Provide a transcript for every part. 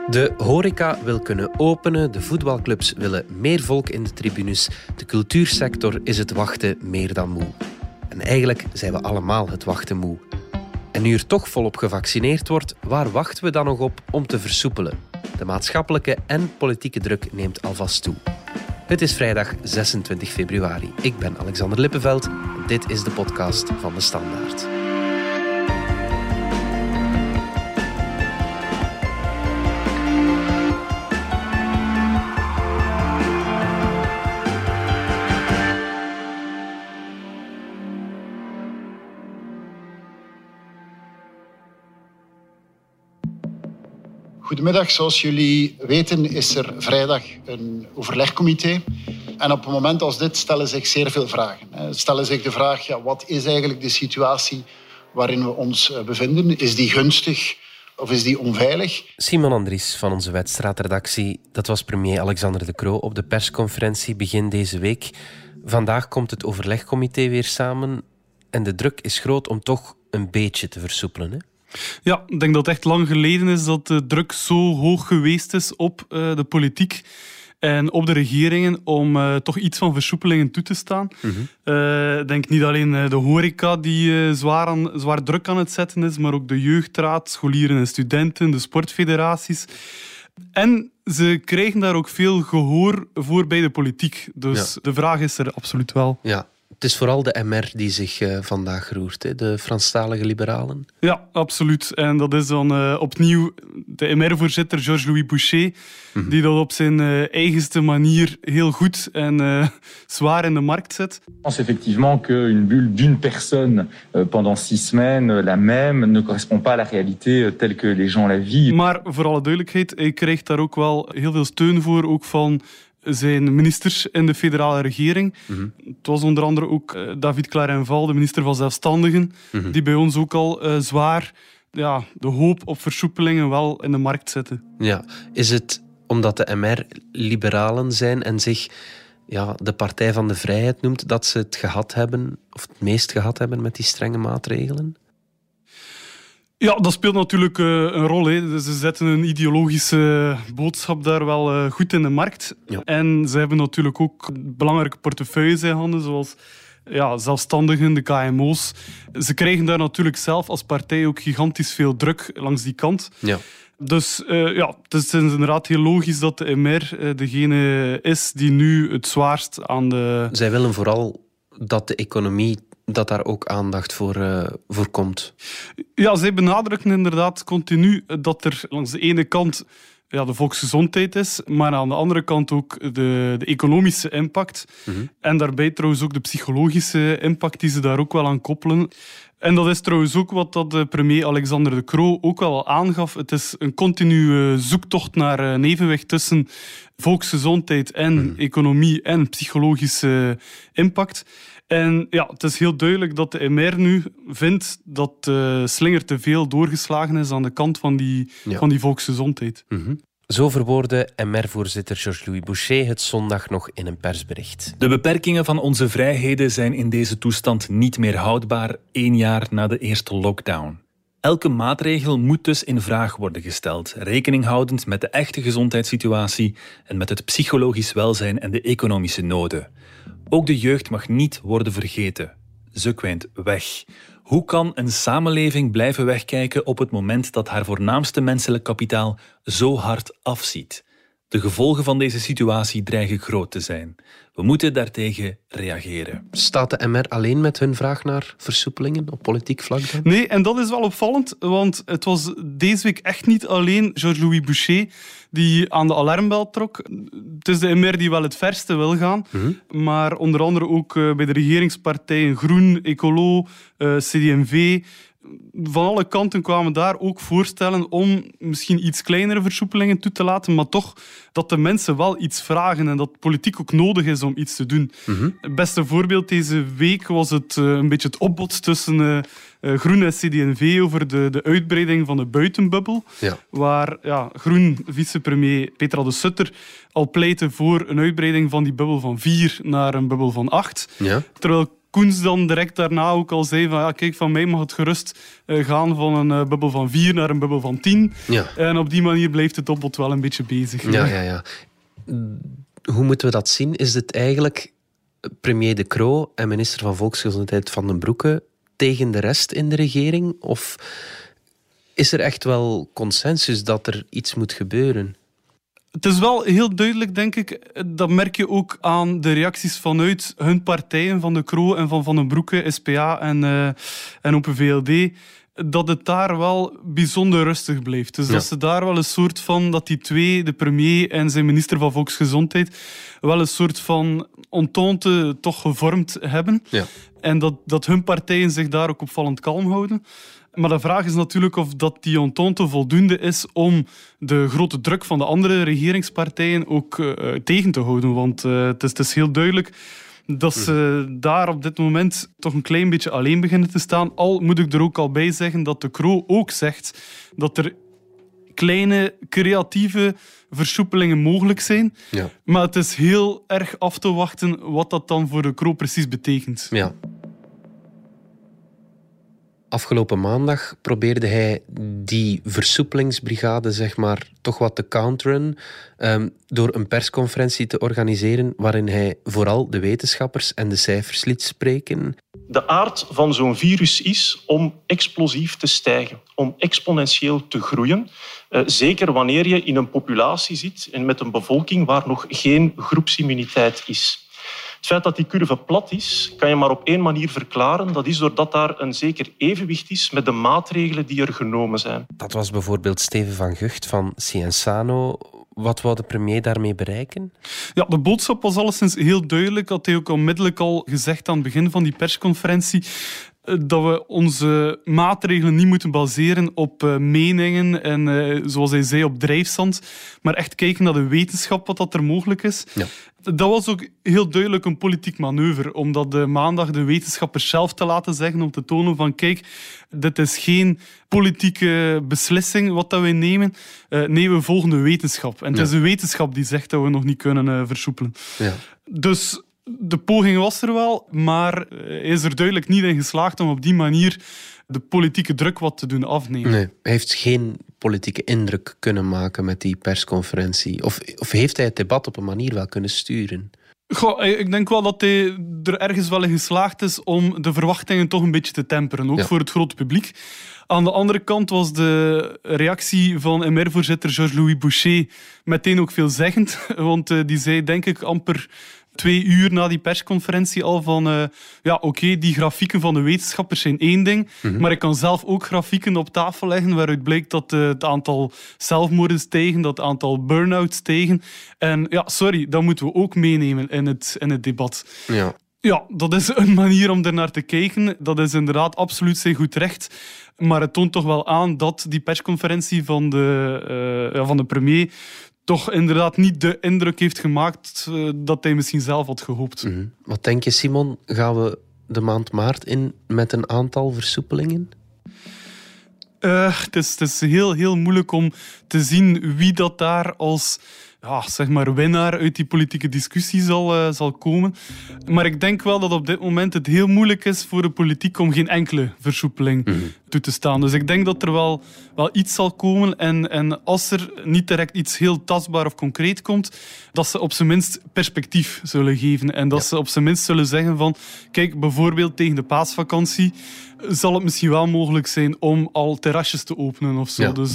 De horeca wil kunnen openen, de voetbalclubs willen meer volk in de tribunes, de cultuursector is het wachten meer dan moe. En eigenlijk zijn we allemaal het wachten moe. En nu er toch volop gevaccineerd wordt, waar wachten we dan nog op om te versoepelen? De maatschappelijke en politieke druk neemt alvast toe. Het is vrijdag 26 februari. Ik ben Alexander Lippenveld en dit is de podcast van De Standaard. Goedemiddag, zoals jullie weten is er vrijdag een overlegcomité. En op een moment als dit stellen zich zeer veel vragen. Stellen zich de vraag, wat is eigenlijk de situatie waarin we ons bevinden? Is die gunstig of is die onveilig? Simon Andries van onze Wedstraatredactie, dat was premier Alexander De Croo op de persconferentie begin deze week. Vandaag komt het overlegcomité weer samen en de druk is groot om toch een beetje te versoepelen, hè? Ja, ik denk dat het echt lang geleden is dat de druk zo hoog geweest is op de politiek en op de regeringen om toch iets van versoepelingen toe te staan. Ik denk niet alleen de horeca die zwaar druk aan het zetten is, maar ook de jeugdraad, scholieren en studenten, de sportfederaties. En ze krijgen daar ook veel gehoor voor bij de politiek. Dus de vraag is er absoluut wel. Ja. Het is vooral de MR die zich vandaag roert, hè? De Franstalige liberalen. Ja, absoluut. En dat is dan opnieuw de MR-voorzitter Georges-Louis Boucher, die dat op zijn eigenste manier heel goed en zwaar in de markt zet. Je pense effectivement qu'une bulle d'une personne pendant 6 semaines, la même, ne correspond pas à la réalité telle que les gens la vivent. Maar voor alle duidelijkheid, hij krijgt daar ook wel heel veel steun voor, ook van zijn ministers in de federale regering. Het was onder andere ook David Clarenval, de minister van Zelfstandigen, die bij ons ook al zwaar de hoop op versoepelingen wel in de markt zetten. Ja, is het omdat de MR liberalen zijn en zich de Partij van de Vrijheid noemt, dat ze het gehad hebben, of het meest gehad hebben met die strenge maatregelen? Ja, dat speelt natuurlijk een rol. Hè. Ze zetten een ideologische boodschap daar wel goed in de markt. Ja. En ze hebben natuurlijk ook belangrijke portefeuilles in handen, zoals zelfstandigen, de KMO's. Ze krijgen daar natuurlijk zelf als partij ook gigantisch veel druk langs die kant. Ja. Dus het is inderdaad heel logisch dat de MR degene is die nu het zwaarst aan de... Zij willen vooral dat de economie, dat daar ook aandacht voor komt. Ja, zij benadrukken inderdaad continu dat er langs de ene kant de volksgezondheid is, maar aan de andere kant ook de economische impact. En daarbij trouwens ook de psychologische impact die ze daar ook wel aan koppelen. En dat is trouwens ook wat dat premier Alexander De Croo ook wel aangaf. Het is een continue zoektocht naar een evenwicht tussen volksgezondheid en economie en psychologische impact. En het is heel duidelijk dat de MR nu vindt dat de slinger te veel doorgeslagen is aan de kant van die volksgezondheid. Zo verwoordde MR-voorzitter Georges-Louis Boucher het zondag nog in een persbericht. De beperkingen van onze vrijheden zijn in deze toestand niet meer houdbaar 1 jaar na de eerste lockdown. Elke maatregel moet dus in vraag worden gesteld, rekening houdend met de echte gezondheidssituatie en met het psychologisch welzijn en de economische noden. Ook de jeugd mag niet worden vergeten. Ze kwijnt weg. Hoe kan een samenleving blijven wegkijken op het moment dat haar voornaamste menselijk kapitaal zo hard afziet? De gevolgen van deze situatie dreigen groot te zijn. We moeten daartegen reageren. Staat de MR alleen met hun vraag naar versoepelingen op politiek vlak dan? Nee, en dat is wel opvallend, want het was deze week echt niet alleen Georges-Louis Boucher die aan de alarmbel trok. Het is de MR die wel het verste wil gaan, maar onder andere ook bij de regeringspartijen Groen, Ecolo, CD&V... Van alle kanten kwamen daar ook voorstellen om misschien iets kleinere versoepelingen toe te laten, maar toch dat de mensen wel iets vragen en dat politiek ook nodig is om iets te doen. Het beste voorbeeld deze week was het een beetje het opbod tussen Groen en CD&V over de uitbreiding van de buitenbubbel. Ja. Waar Groen vicepremier Petra de Sutter al pleitte voor een uitbreiding van die bubbel van 4 naar een bubbel van 8. Ja. Terwijl Koens dan direct daarna ook al zei van kijk, van mij mag het gerust gaan van een bubbel van 4 naar een bubbel van 10. Ja. En op die manier blijft het opbod wel een beetje bezig. Ja. Hoe moeten we dat zien? Is het eigenlijk premier De Croo en minister van Volksgezondheid Van den Broeke tegen de rest in de regering? Of is er echt wel consensus dat er iets moet gebeuren? Het is wel heel duidelijk, denk ik, dat merk je ook aan de reacties vanuit hun partijen, van De Croo en van den Broeke, SPA en Open VLD, dat het daar wel bijzonder rustig blijft. Dus dat ze daar wel een soort van, dat die twee, de premier en zijn minister van Volksgezondheid, wel een soort van entente toch gevormd hebben. Ja. En dat hun partijen zich daar ook opvallend kalm houden. Maar de vraag is natuurlijk of dat die entente voldoende is om de grote druk van de andere regeringspartijen ook tegen te houden. Want het is heel duidelijk dat ze daar op dit moment toch een klein beetje alleen beginnen te staan. Al moet ik er ook al bij zeggen dat De Croo ook zegt dat er kleine creatieve versoepelingen mogelijk zijn. Ja. Maar het is heel erg af te wachten wat dat dan voor De Croo precies betekent. Ja. Afgelopen maandag probeerde hij die versoepelingsbrigade zeg maar, toch wat te counteren door een persconferentie te organiseren waarin hij vooral de wetenschappers en de cijfers liet spreken. De aard van zo'n virus is om explosief te stijgen, om exponentieel te groeien. Zeker wanneer je in een populatie zit en met een bevolking waar nog geen groepsimmuniteit is. Het feit dat die curve plat is, kan je maar op één manier verklaren. Dat is doordat daar een zeker evenwicht is met de maatregelen die er genomen zijn. Dat was bijvoorbeeld Steven van Gucht van Sciensano. Wat wou de premier daarmee bereiken? Ja, de boodschap was alleszins heel duidelijk. Dat hij ook onmiddellijk al gezegd aan het begin van die persconferentie dat we onze maatregelen niet moeten baseren op meningen en, zoals hij zei, op drijfzand, maar echt kijken naar de wetenschap, wat dat er mogelijk is. Ja. Dat was ook heel duidelijk een politiek manoeuvre, om dat maandag de wetenschappers zelf te laten zeggen, om te tonen van kijk, dit is geen politieke beslissing wat dat wij nemen. Nee, we volgen de wetenschap. En het is de wetenschap die zegt dat we nog niet kunnen versoepelen. Ja. Dus de poging was er wel, maar hij is er duidelijk niet in geslaagd om op die manier de politieke druk wat te doen afnemen. Nee, hij heeft geen politieke indruk kunnen maken met die persconferentie. Of heeft hij het debat op een manier wel kunnen sturen? Goh, ik denk wel dat hij er ergens wel in geslaagd is om de verwachtingen toch een beetje te temperen, ook voor het grote publiek. Aan de andere kant was de reactie van MR-voorzitter Georges-Louis Boucher meteen ook veelzeggend, want die zei, denk ik, amper 2 uur na die persconferentie al van oké, die grafieken van de wetenschappers zijn één ding, maar ik kan zelf ook grafieken op tafel leggen waaruit blijkt dat het aantal zelfmoorden stijgen, dat het aantal burn-outs stijgen. En ja, dat moeten we ook meenemen in het debat. Ja. Ja, dat is een manier om ernaar te kijken. Dat is inderdaad absoluut zijn goed recht. Maar het toont toch wel aan dat die persconferentie van de premier toch inderdaad niet de indruk heeft gemaakt dat hij misschien zelf had gehoopt. Mm-hmm. Wat denk je, Simon? Gaan we de maand maart in met een aantal versoepelingen? Het is heel, heel moeilijk om te zien wie dat daar als winnaar uit die politieke discussie zal komen. Maar ik denk wel dat op dit moment het heel moeilijk is voor de politiek om geen enkele versoepeling toe te staan. Dus ik denk dat er wel iets zal komen. En als er niet direct iets heel tastbaar of concreet komt, dat ze op zijn minst perspectief zullen geven. En dat ze op zijn minst zullen zeggen van, kijk, bijvoorbeeld tegen de paasvakantie zal het misschien wel mogelijk zijn om al terrasjes te openen of zo. Ja. Dus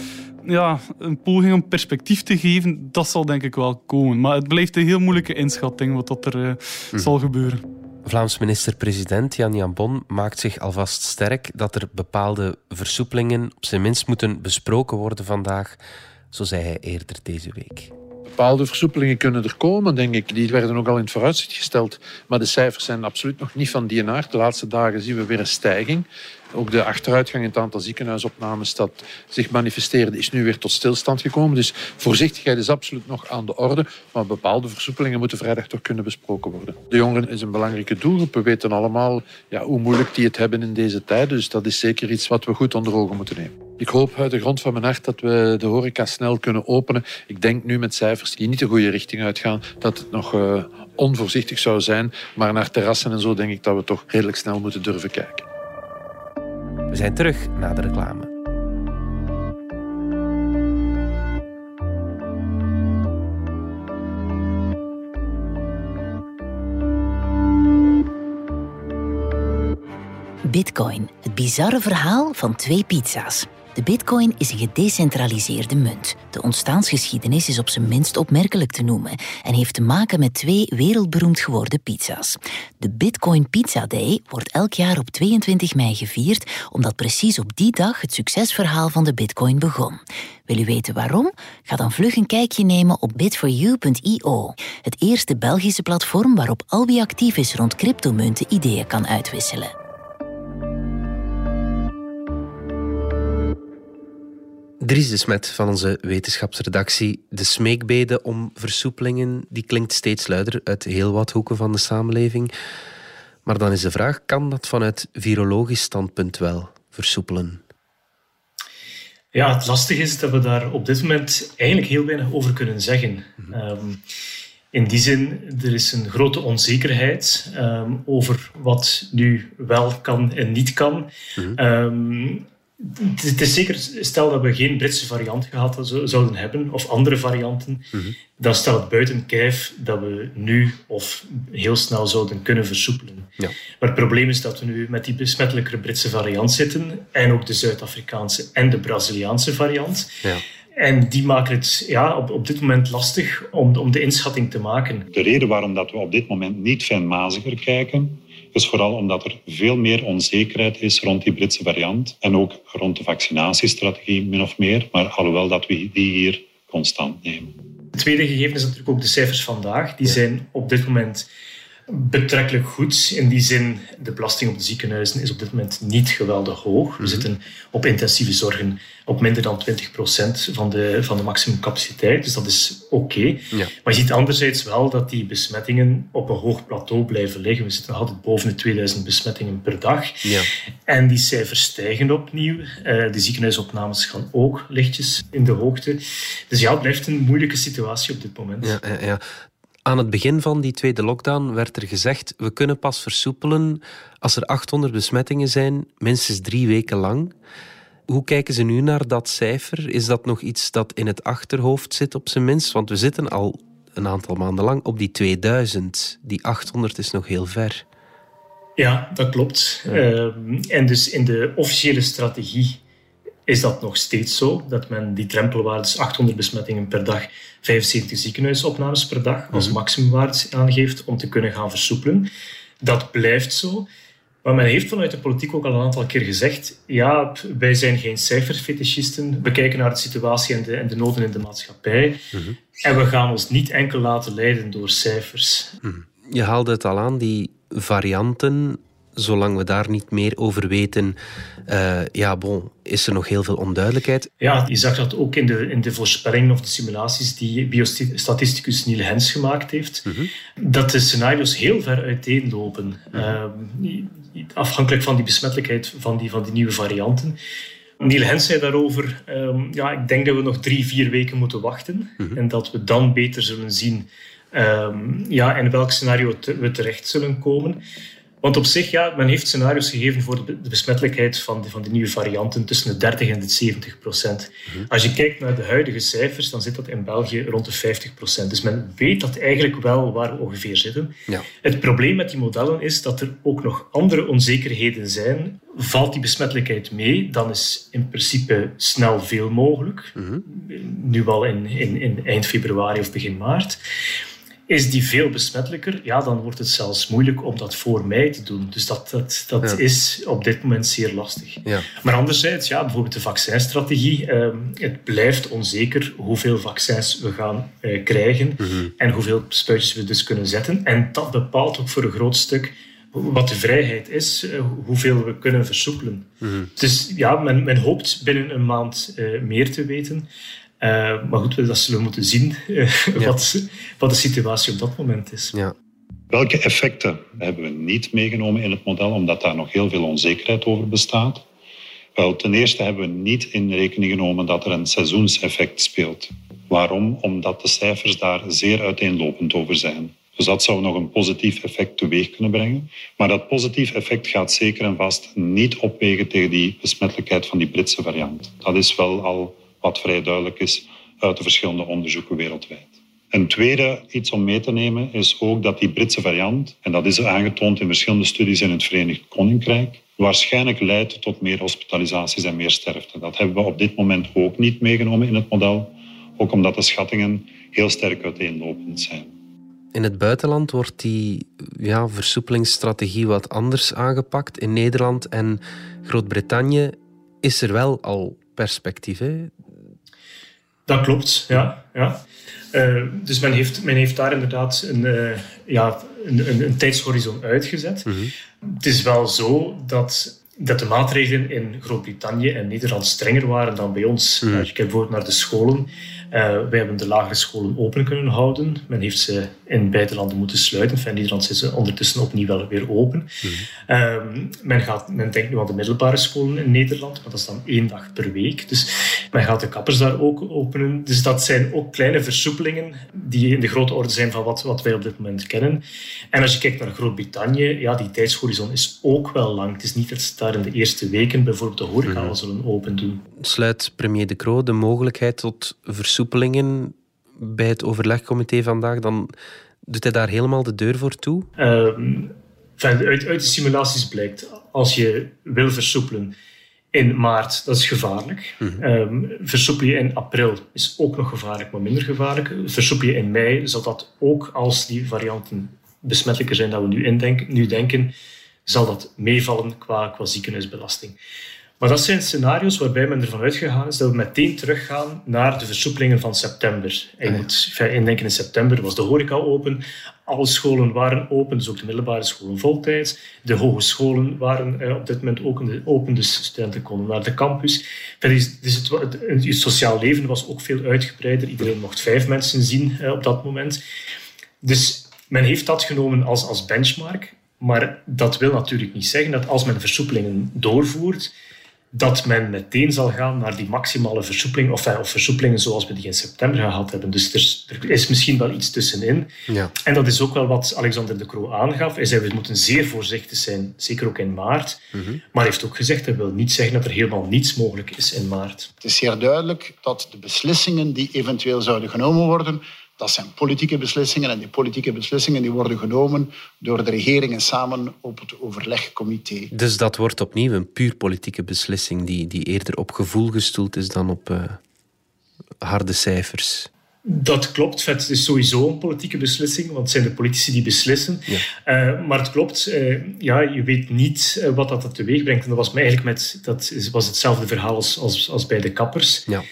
een poging om perspectief te geven, dat zal denk ik wel komen. Maar het blijft een heel moeilijke inschatting wat dat er zal gebeuren. Vlaams minister-president Jan Jambon maakt zich alvast sterk dat er bepaalde versoepelingen op zijn minst moeten besproken worden vandaag. Zo zei hij eerder deze week. Bepaalde versoepelingen kunnen er komen, denk ik. Die werden ook al in het vooruitzicht gesteld. Maar de cijfers zijn absoluut nog niet van die aard. De laatste dagen zien we weer een stijging. Ook de achteruitgang in het aantal ziekenhuisopnames dat zich manifesteerde is nu weer tot stilstand gekomen. Dus voorzichtigheid is absoluut nog aan de orde. Maar bepaalde versoepelingen moeten vrijdag toch kunnen besproken worden. De jongeren is een belangrijke doelgroep. We weten allemaal hoe moeilijk die het hebben in deze tijden. Dus dat is zeker iets wat we goed onder ogen moeten nemen. Ik hoop uit de grond van mijn hart dat we de horeca snel kunnen openen. Ik denk nu met cijfers die niet de goede richting uitgaan, dat het nog onvoorzichtig zou zijn. Maar naar terrassen en zo denk ik dat we toch redelijk snel moeten durven kijken. We zijn terug na de reclame. Bitcoin, het bizarre verhaal van 2 pizza's. De bitcoin is een gedecentraliseerde munt. De ontstaansgeschiedenis is op zijn minst opmerkelijk te noemen en heeft te maken met 2 wereldberoemd geworden pizza's. De Bitcoin Pizza Day wordt elk jaar op 22 mei gevierd, omdat precies op die dag het succesverhaal van de bitcoin begon. Wil u weten waarom? Ga dan vlug een kijkje nemen op bit4u.io, het eerste Belgische platform waarop al wie actief is rond cryptomunten ideeën kan uitwisselen. Dries de Smet van onze wetenschapsredactie. De smeekbede om versoepelingen die klinkt steeds luider uit heel wat hoeken van de samenleving. Maar dan is de vraag, kan dat vanuit virologisch standpunt wel versoepelen? Ja, het lastige is dat we daar op dit moment eigenlijk heel weinig over kunnen zeggen. In die zin, er is een grote onzekerheid over wat nu wel kan en niet kan. Het is zeker, stel dat we geen Britse variant gehad zouden hebben, of andere varianten, dan staat het buiten kijf dat we nu of heel snel zouden kunnen versoepelen. Ja. Maar het probleem is dat we nu met die besmettelijke Britse variant zitten, en ook de Zuid-Afrikaanse en de Braziliaanse variant. Ja. En die maken het op dit moment lastig om de inschatting te maken. De reden waarom dat we op dit moment niet fijnmaziger kijken, is vooral omdat er veel meer onzekerheid is rond die Britse variant en ook rond de vaccinatiestrategie min of meer, maar alhoewel dat we die hier constant nemen. Het tweede gegeven is natuurlijk ook de cijfers vandaag. Die zijn op dit moment betrekkelijk goed. In die zin, de belasting op de ziekenhuizen is op dit moment niet geweldig hoog. We zitten op intensieve zorgen op minder dan 20% van de maximumcapaciteit. Dus dat is oké. Ja. Maar je ziet anderzijds wel dat die besmettingen op een hoog plateau blijven liggen. We zitten nog altijd boven de 2000 besmettingen per dag. Ja. En die cijfers stijgen opnieuw. De ziekenhuisopnames gaan ook lichtjes in de hoogte. Dus ja, het blijft een moeilijke situatie op dit moment. Ja. Aan het begin van die tweede lockdown werd er gezegd, we kunnen pas versoepelen als er 800 besmettingen zijn, minstens 3 weken lang. Hoe kijken ze nu naar dat cijfer? Is dat nog iets dat in het achterhoofd zit op zijn minst? Want we zitten al een aantal maanden lang op die 2000. Die 800 is nog heel ver. Ja, dat klopt. Ja. En dus in de officiële strategie is dat nog steeds zo, dat men die drempelwaardes 800 besmettingen per dag, 75 ziekenhuisopnames per dag als maximumwaardes aangeeft om te kunnen gaan versoepelen. Dat blijft zo. Maar men heeft vanuit de politiek ook al een aantal keer gezegd, ja, wij zijn geen cijferfetischisten, we kijken naar de situatie en de noden in de maatschappij en we gaan ons niet enkel laten leiden door cijfers. Je haalde het al aan, die varianten. Zolang we daar niet meer over weten, is er nog heel veel onduidelijkheid. Ja, je zag dat ook in de voorspellingen of de simulaties die biostatisticus Niels Hens gemaakt heeft, dat de scenario's heel ver uiteenlopen. Afhankelijk van die besmettelijkheid van die nieuwe varianten. Niels Hens zei daarover, ik denk dat we nog 3-4 weken moeten wachten en dat we dan beter zullen zien in welk scenario we terecht zullen komen. Want op zich, men heeft scenario's gegeven voor de besmettelijkheid van de nieuwe varianten tussen de 30 en de 70%. Als je kijkt naar de huidige cijfers, dan zit dat in België rond de 50%. Dus men weet dat eigenlijk wel waar we ongeveer zitten. Ja. Het probleem met die modellen is dat er ook nog andere onzekerheden zijn. Valt die besmettelijkheid mee, dan is in principe snel veel mogelijk. Nu al in eind februari of begin maart. Is die veel besmettelijker, dan wordt het zelfs moeilijk om dat voor mei te doen. Dus dat is op dit moment zeer lastig. Ja. Maar anderzijds, bijvoorbeeld de vaccinstrategie. Het blijft onzeker hoeveel vaccins we gaan krijgen en hoeveel spuitjes we dus kunnen zetten. En dat bepaalt ook voor een groot stuk wat de vrijheid is, hoeveel we kunnen versoepelen. Dus men hoopt binnen een maand meer te weten. Maar goed, dat zullen we moeten zien wat de situatie op dat moment is. Ja. Welke effecten hebben we niet meegenomen in het model, omdat daar nog heel veel onzekerheid over bestaat? Wel, ten eerste hebben we niet in rekening genomen dat er een seizoenseffect speelt. Waarom? Omdat de cijfers daar zeer uiteenlopend over zijn. Dus dat zou nog een positief effect teweeg kunnen brengen. Maar dat positief effect gaat zeker en vast niet opwegen tegen die besmettelijkheid van die Britse variant. Dat is wel al wat vrij duidelijk is uit de verschillende onderzoeken wereldwijd. Een tweede iets om mee te nemen is ook dat die Britse variant, en dat is aangetoond in verschillende studies in het Verenigd Koninkrijk, waarschijnlijk leidt tot meer hospitalisaties en meer sterfte. Dat hebben we op dit moment ook niet meegenomen in het model, ook omdat de schattingen heel sterk uiteenlopend zijn. In het buitenland wordt die versoepelingsstrategie wat anders aangepakt. In Nederland en Groot-Brittannië is er wel al perspectief, hè? Dat klopt, ja. Dus men heeft daar inderdaad een tijdshorizon uitgezet. Mm-hmm. Het is wel zo dat de maatregelen in Groot-Brittannië en Nederland strenger waren dan bij ons. Mm. Als je kijkt bijvoorbeeld naar de scholen. Wij hebben de lagere scholen open kunnen houden. Men heeft ze in beide landen moeten sluiten. In Nederland zijn ze ondertussen opnieuw wel weer open. Mm. Men denkt nu aan de middelbare scholen in Nederland, maar dat is dan 1 dag per week. Dus men gaat de kappers daar ook openen. Dus dat zijn ook kleine versoepelingen die in de grote orde zijn van wat wij op dit moment kennen. En als je kijkt naar Groot-Brittannië, die tijdshorizon is ook wel lang. Het is niet dat ze daar in de eerste weken bijvoorbeeld de horeca al zullen open doen. Sluit premier De Croo de mogelijkheid tot versoepelingen bij het overlegcomité vandaag, dan doet hij daar helemaal de deur voor toe? Uit de simulaties blijkt, als je wil versoepelen in maart, dat is gevaarlijk. Mm-hmm. Versoepel je in april is ook nog gevaarlijk, maar minder gevaarlijk. Versoepel je in mei, zal dat ook als die varianten besmettelijker zijn dan we nu denken, zal dat meevallen qua ziekenhuisbelasting. Maar dat zijn scenario's waarbij men ervan uitgegaan is dat we meteen teruggaan naar de versoepelingen van september. En je moet indenken, in september was de horeca open, alle scholen waren open, dus ook de middelbare scholen voltijds. De hogescholen waren op dit moment ook open, dus studenten konden naar de campus. Dus het sociaal leven was ook veel uitgebreider. Iedereen mocht 5 mensen zien op dat moment. Dus men heeft dat genomen als benchmark. Maar dat wil natuurlijk niet zeggen dat als men versoepelingen doorvoert, dat men meteen zal gaan naar die maximale versoepeling, of versoepelingen zoals we die in september gehad hebben. Dus er is misschien wel iets tussenin. Ja. En dat is ook wel wat Alexander De Croo aangaf. Hij zei, we moeten zeer voorzichtig zijn, zeker ook in maart. Mm-hmm. Maar hij heeft ook gezegd, dat wil niet zeggen dat er helemaal niets mogelijk is in maart. Het is zeer duidelijk dat de beslissingen die eventueel zouden genomen worden, dat zijn politieke beslissingen. En die politieke beslissingen die worden genomen door de regeringen samen op het overlegcomité. Dus dat wordt opnieuw een puur politieke beslissing die eerder op gevoel gestoeld is dan op harde cijfers. Dat klopt. Het is sowieso een politieke beslissing, want het zijn de politici die beslissen. Ja. Maar het klopt. Je weet niet wat dat teweeg brengt. En dat was hetzelfde verhaal als bij de kappers. Ja.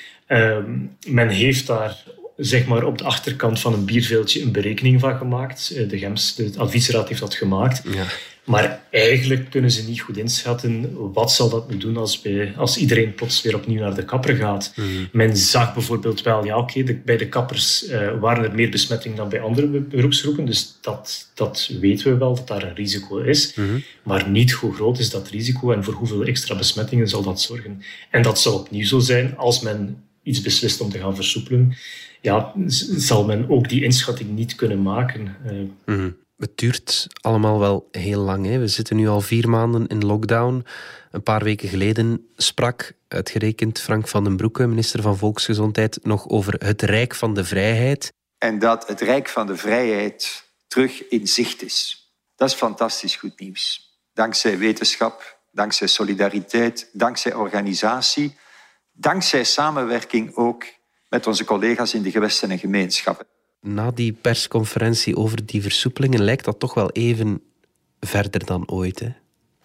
Men heeft daar zeg maar op de achterkant van een bierveeltje een berekening van gemaakt. De adviesraad heeft dat gemaakt. Ja. Maar eigenlijk kunnen ze niet goed inschatten wat zal dat nu doen als iedereen plots weer opnieuw naar de kapper gaat. Mm-hmm. Men zag bijvoorbeeld wel, bij de kappers waren er meer besmettingen dan bij andere beroepsgroepen. Dus dat weten we wel, dat daar een risico is. Mm-hmm. Maar niet hoe groot is dat risico en voor hoeveel extra besmettingen zal dat zorgen. En dat zal opnieuw zo zijn als men iets beslist om te gaan versoepelen. Ja, zal men ook die inschatting niet kunnen maken. Mm-hmm. Het duurt allemaal wel heel lang. Hè? We zitten nu al 4 maanden in lockdown. Een paar weken geleden sprak uitgerekend Frank van den Broeke, minister van Volksgezondheid, nog over het Rijk van de Vrijheid. En dat het Rijk van de Vrijheid terug in zicht is. Dat is fantastisch goed nieuws. Dankzij wetenschap, dankzij solidariteit, dankzij organisatie, dankzij samenwerking ook met onze collega's in de gewesten en gemeenschappen. Na die persconferentie over die versoepelingen lijkt dat toch wel even verder dan ooit, hè?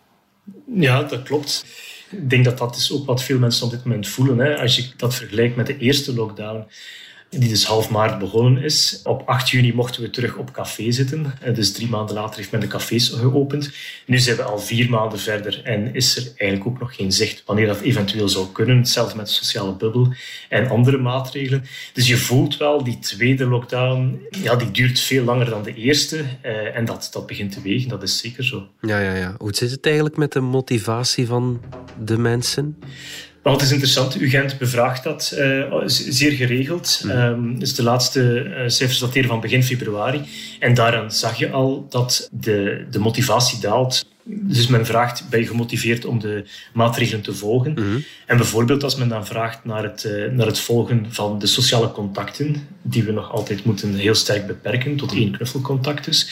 Ja, dat klopt. Ik denk dat is ook wat veel mensen op dit moment voelen. Hè. Als je dat vergelijkt met de eerste lockdown, die dus half maart begonnen is. Op 8 juni mochten we terug op café zitten. Dus 3 maanden later heeft men de cafés geopend. Nu zijn we al 4 maanden verder en is er eigenlijk ook nog geen zicht wanneer dat eventueel zou kunnen. Hetzelfde met de sociale bubbel en andere maatregelen. Dus je voelt wel, die tweede lockdown, die duurt veel langer dan de eerste. En dat begint te wegen, dat is zeker zo. Ja. Hoe zit het eigenlijk met de motivatie van de mensen? Wel, het is interessant. UGent bevraagt dat zeer geregeld. Dus de laatste cijfers dateren van begin februari. En daaraan zag je al dat de motivatie daalt. Dus men vraagt, ben je gemotiveerd om de maatregelen te volgen? En bijvoorbeeld als men dan vraagt naar het volgen van de sociale contacten, die we nog altijd moeten heel sterk beperken, tot 1 knuffelcontact dus,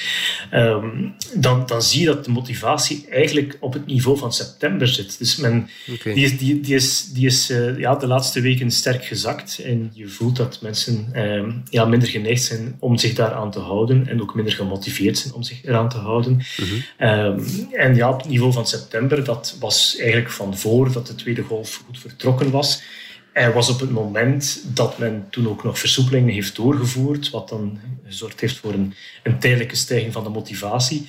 dan zie je dat de motivatie eigenlijk op het niveau van september zit. Dus die is de laatste weken sterk gezakt en je voelt dat mensen minder geneigd zijn om zich daaraan te houden en ook minder gemotiveerd zijn om zich eraan te houden. En op het niveau van september, dat was eigenlijk van voor dat de tweede golf goed vertrokken was. En was op het moment dat men toen ook nog versoepelingen heeft doorgevoerd, wat dan gezorgd heeft voor een tijdelijke stijging van de motivatie.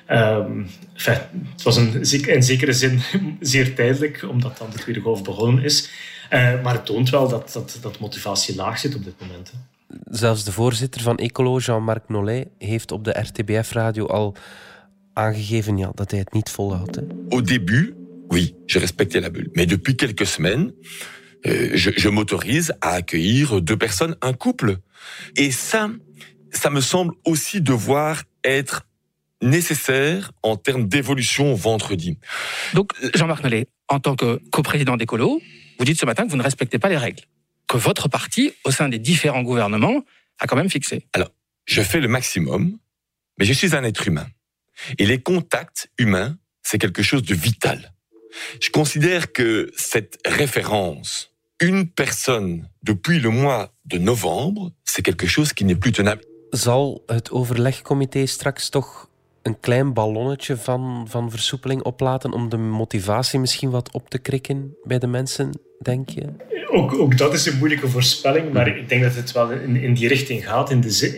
Het was in zekere zin zeer tijdelijk, omdat dan de tweede golf begonnen is. Maar het toont wel dat motivatie laag zit op dit moment. Zelfs de voorzitter van Ecolo, Jean-Marc Nollet, heeft op de RTBF-radio al aangegeven dat hij het niet volhoudt. Au début, oui, je respectais la bulle. Mais depuis quelques semaines, je m'autorise à accueillir 2 personnes, un couple. Et ça me semble aussi devoir être nécessaire en termes d'évolution vendredi. Donc, Jean-Marc Nollet, en tant que coprésident d'Ecolo, vous dites ce matin que vous ne respectez pas les règles. Que votre parti, au sein des différents gouvernements, a quand même fixé. Alors, je fais le maximum, mais je suis un être humain. Et les contacts humains, c'est quelque chose de vital. Je considère que cette référence, une personne depuis le mois de novembre, c'est quelque chose qui n'est plus tenable. Zal het overlegcomité straks toch een klein ballonnetje van versoepeling oplaten om de motivatie misschien wat op te krikken bij de mensen, denk je? Ook dat is een moeilijke voorspelling, maar ik denk dat het wel in die richting gaat.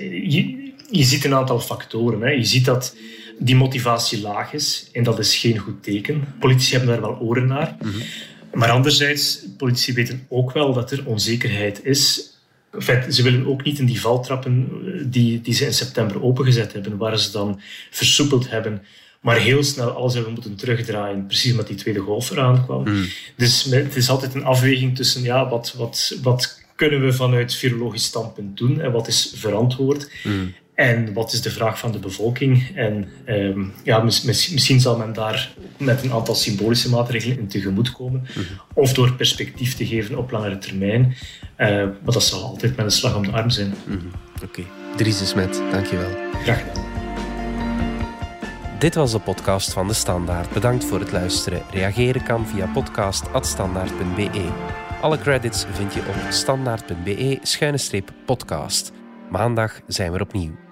Je ziet een aantal factoren. Hè. Je ziet dat die motivatie laag is en dat is geen goed teken. Politici hebben daar wel oren naar. Maar anderzijds, politici weten ook wel dat er onzekerheid is. In feite, ze willen ook niet in die valtrappen die ze in september opengezet hebben, waar ze dan versoepeld hebben, maar heel snel alles hebben moeten terugdraaien, precies omdat die tweede golf eraan kwam. Dus het is altijd een afweging tussen wat kunnen we vanuit virologisch standpunt doen en wat is verantwoord. En wat is de vraag van de bevolking? En misschien zal men daar met een aantal symbolische maatregelen in tegemoetkomen. Of door perspectief te geven op langere termijn. Maar dat zal altijd met een slag om de arm zijn. Oké. Dries de Smet, dankjewel. Graag gedaan. Dit was de podcast van De Standaard. Bedankt voor het luisteren. Reageren kan via podcast@standaard.be. Alle credits vind je op standaard.be/podcast. Maandag zijn we er opnieuw.